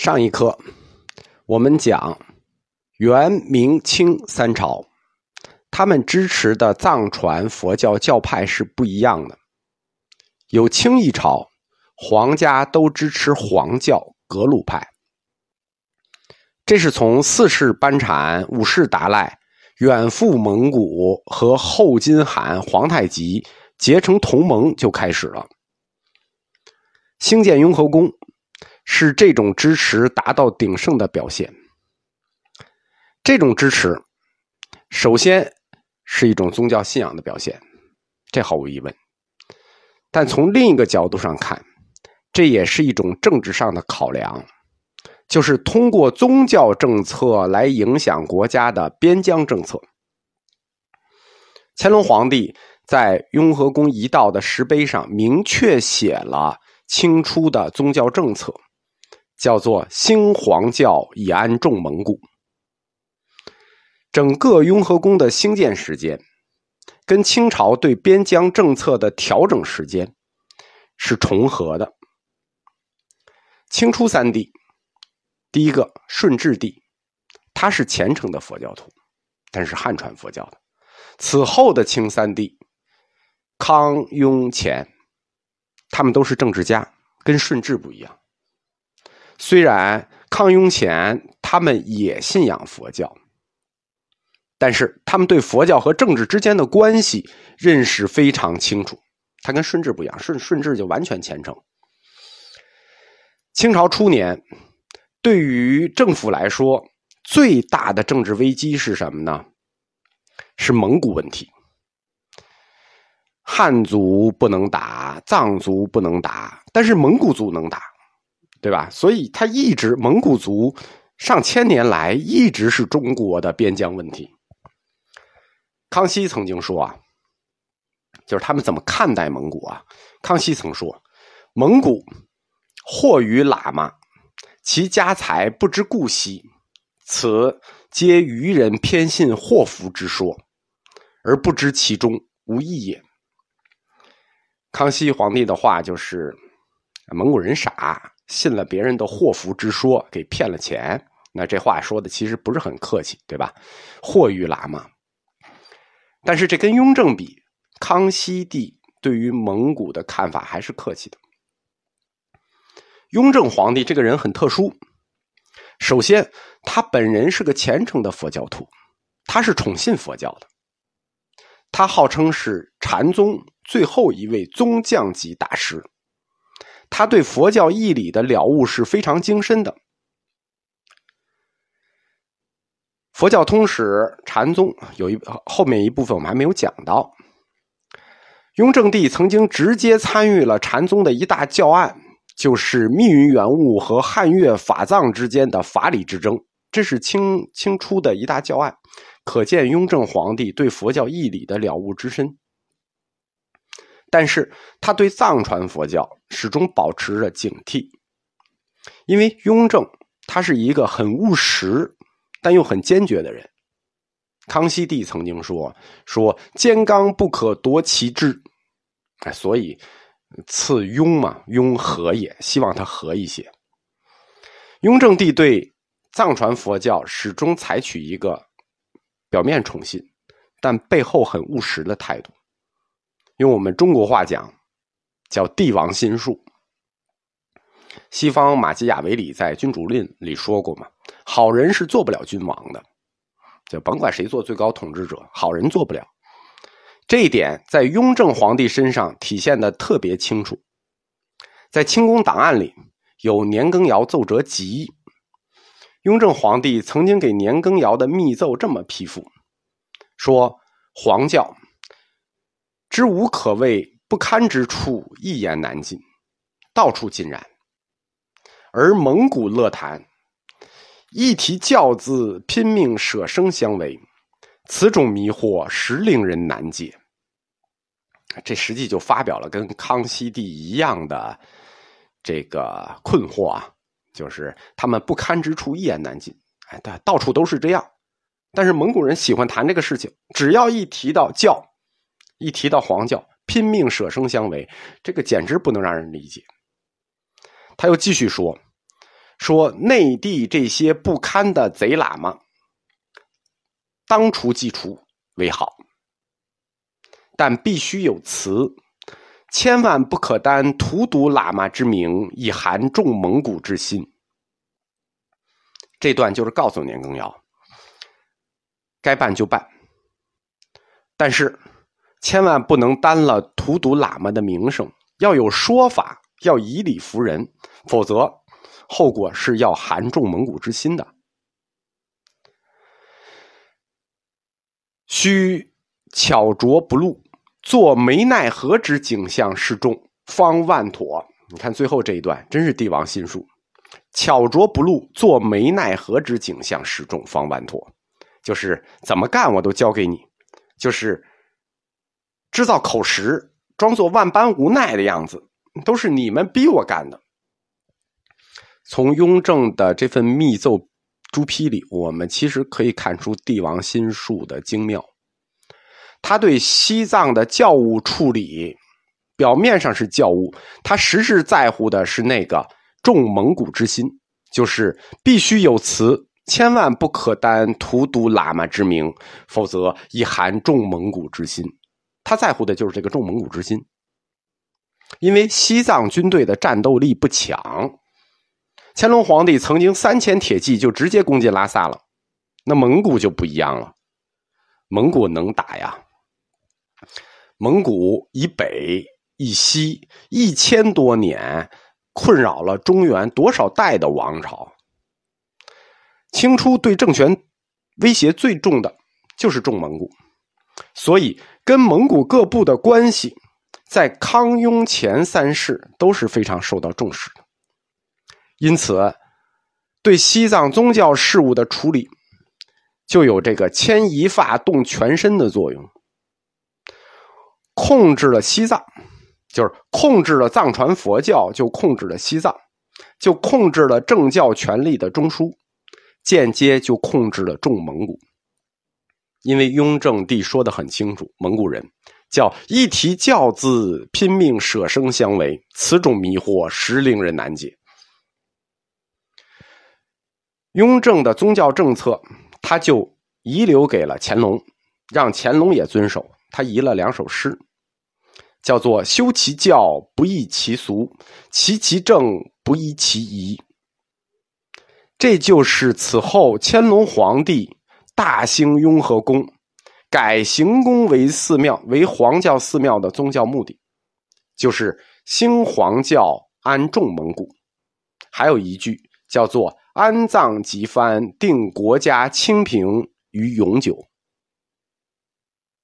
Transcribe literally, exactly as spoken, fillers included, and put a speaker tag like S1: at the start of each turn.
S1: 上一课我们讲元明清三朝，他们支持的藏传佛教教派是不一样的。有清一朝，皇家都支持黄教格鲁派，这是从四世班禅、五世达赖远赴蒙古和后金汗皇太极结成同盟就开始了。兴建雍和宫是这种支持达到鼎盛的表现。这种支持首先是一种宗教信仰的表现，这毫无疑问。但从另一个角度上看，这也是一种政治上的考量，就是通过宗教政策来影响国家的边疆政策。乾隆皇帝在雍和宫一道的石碑上明确写了清初的宗教政策，叫做兴黄教以安众蒙古。整个雍和宫的兴建时间跟清朝对边疆政策的调整时间是重合的。清初三帝，第一个顺治帝，他是虔诚的佛教徒，但是汉传佛教的。此后的清三帝康雍乾，他们都是政治家，跟顺治不一样。虽然康雍乾他们也信仰佛教，但是他们对佛教和政治之间的关系认识非常清楚，他跟顺治不一样，顺顺治就完全虔诚。清朝初年，对于政府来说，最大的政治危机是什么呢？是蒙古问题。汉族不能打，藏族不能打，但是蒙古族能打，对吧？所以他一直蒙古族上千年来一直是中国的边疆问题。康熙曾经说啊，就是他们怎么看待蒙古啊？康熙曾说，蒙古祸于喇嘛，其家财不知顾惜，此皆愚人偏信祸福之说，而不知其中无益也。康熙皇帝的话就是，蒙古人傻，信了别人的祸福之说，给骗了钱。那这话说的其实不是很客气，对吧？祸于喇嘛。但是这跟雍正比，康熙帝对于蒙古的看法还是客气的。雍正皇帝这个人很特殊，首先他本人是个虔诚的佛教徒，他是崇信佛教的，他号称是禅宗最后一位宗匠级大师，他对佛教义理的了悟是非常精深的。佛教通史禅宗有一后面一部分我们还没有讲到，雍正帝曾经直接参与了禅宗的一大教案，就是密云圆悟和汉越法藏之间的法理之争，这是清清初的一大教案，可见雍正皇帝对佛教义理的了悟之深。但是他对藏传佛教始终保持着警惕，因为雍正他是一个很务实但又很坚决的人。康熙帝曾经说说坚刚不可夺其志，哎，所以赐雍嘛，雍和也，希望他和一些。雍正帝对藏传佛教始终采取一个表面崇信但背后很务实的态度，用我们中国话讲叫帝王心术。西方马基雅维里在《君主论》里说过嘛，好人是做不了君王的，就甭管谁做最高统治者，好人做不了。这一点在雍正皇帝身上体现得特别清楚。在清宫档案里有年羹尧奏折集，雍正皇帝曾经给年羹尧的密奏这么批复，说黄教知无可谓不堪之处，一言难尽，到处尽然。而蒙古乐坛一提教字，拼命舍生相违，此种迷惑实令人难解。这实际就发表了跟康熙帝一样的这个困惑啊，就是他们不堪之处一言难尽，哎，到处都是这样。但是蒙古人喜欢谈这个事情，只要一提到教，一提到黄教，拼命舍生相违，这个简直不能让人理解。他又继续说说内地这些不堪的贼喇嘛，当除即除为好，但必须有词，千万不可单荼毒喇嘛之名，以含众蒙古之心。这段就是告诉年羹尧，该办就办，但是千万不能担了荼毒喇嘛的名声，要有说法，要以理服人，否则后果是要含众蒙古之心的。须巧拙不露，作没奈何之景象示众，方万妥。你看最后这一段真是帝王心术，巧拙不露，作没奈何之景象示众，方万妥，就是怎么干我都交给你，就是制造口实，装作万般无奈的样子，都是你们逼我干的。从雍正的这份密奏朱批里，我们其实可以看出帝王心术的精妙。他对西藏的教务处理，表面上是教务，他实质在乎的是那个重蒙古之心，就是必须有词，千万不可单荼毒喇嘛之名，否则以含重蒙古之心。他在乎的就是这个重蒙古之心。因为西藏军队的战斗力不强，乾隆皇帝曾经三千铁骑就直接攻进拉萨了，那蒙古就不一样了，蒙古能打呀。蒙古以北以西一千多年，困扰了中原多少代的王朝。清初对政权威胁最重的就是重蒙古，所以跟蒙古各部的关系在康雍乾三世都是非常受到重视的。因此对西藏宗教事务的处理就有这个牵一发动全身的作用，控制了西藏，就是控制了藏传佛教，就控制了西藏，就控制了政教权力的中枢，间接就控制了重蒙古。因为雍正帝说得很清楚，蒙古人叫一提教字，拼命舍生相违，此种迷惑实令人难解。雍正的宗教政策他就遗留给了乾隆，让乾隆也遵守。他遗了两首诗，叫做修其教不依其俗，齐其政不依其仪。这就是此后乾隆皇帝大兴雍和宫，改行宫为寺庙，为皇教寺庙的宗教目的，就是兴皇教，安重蒙古。还有一句叫做安藏即藩，定国家清平于永久。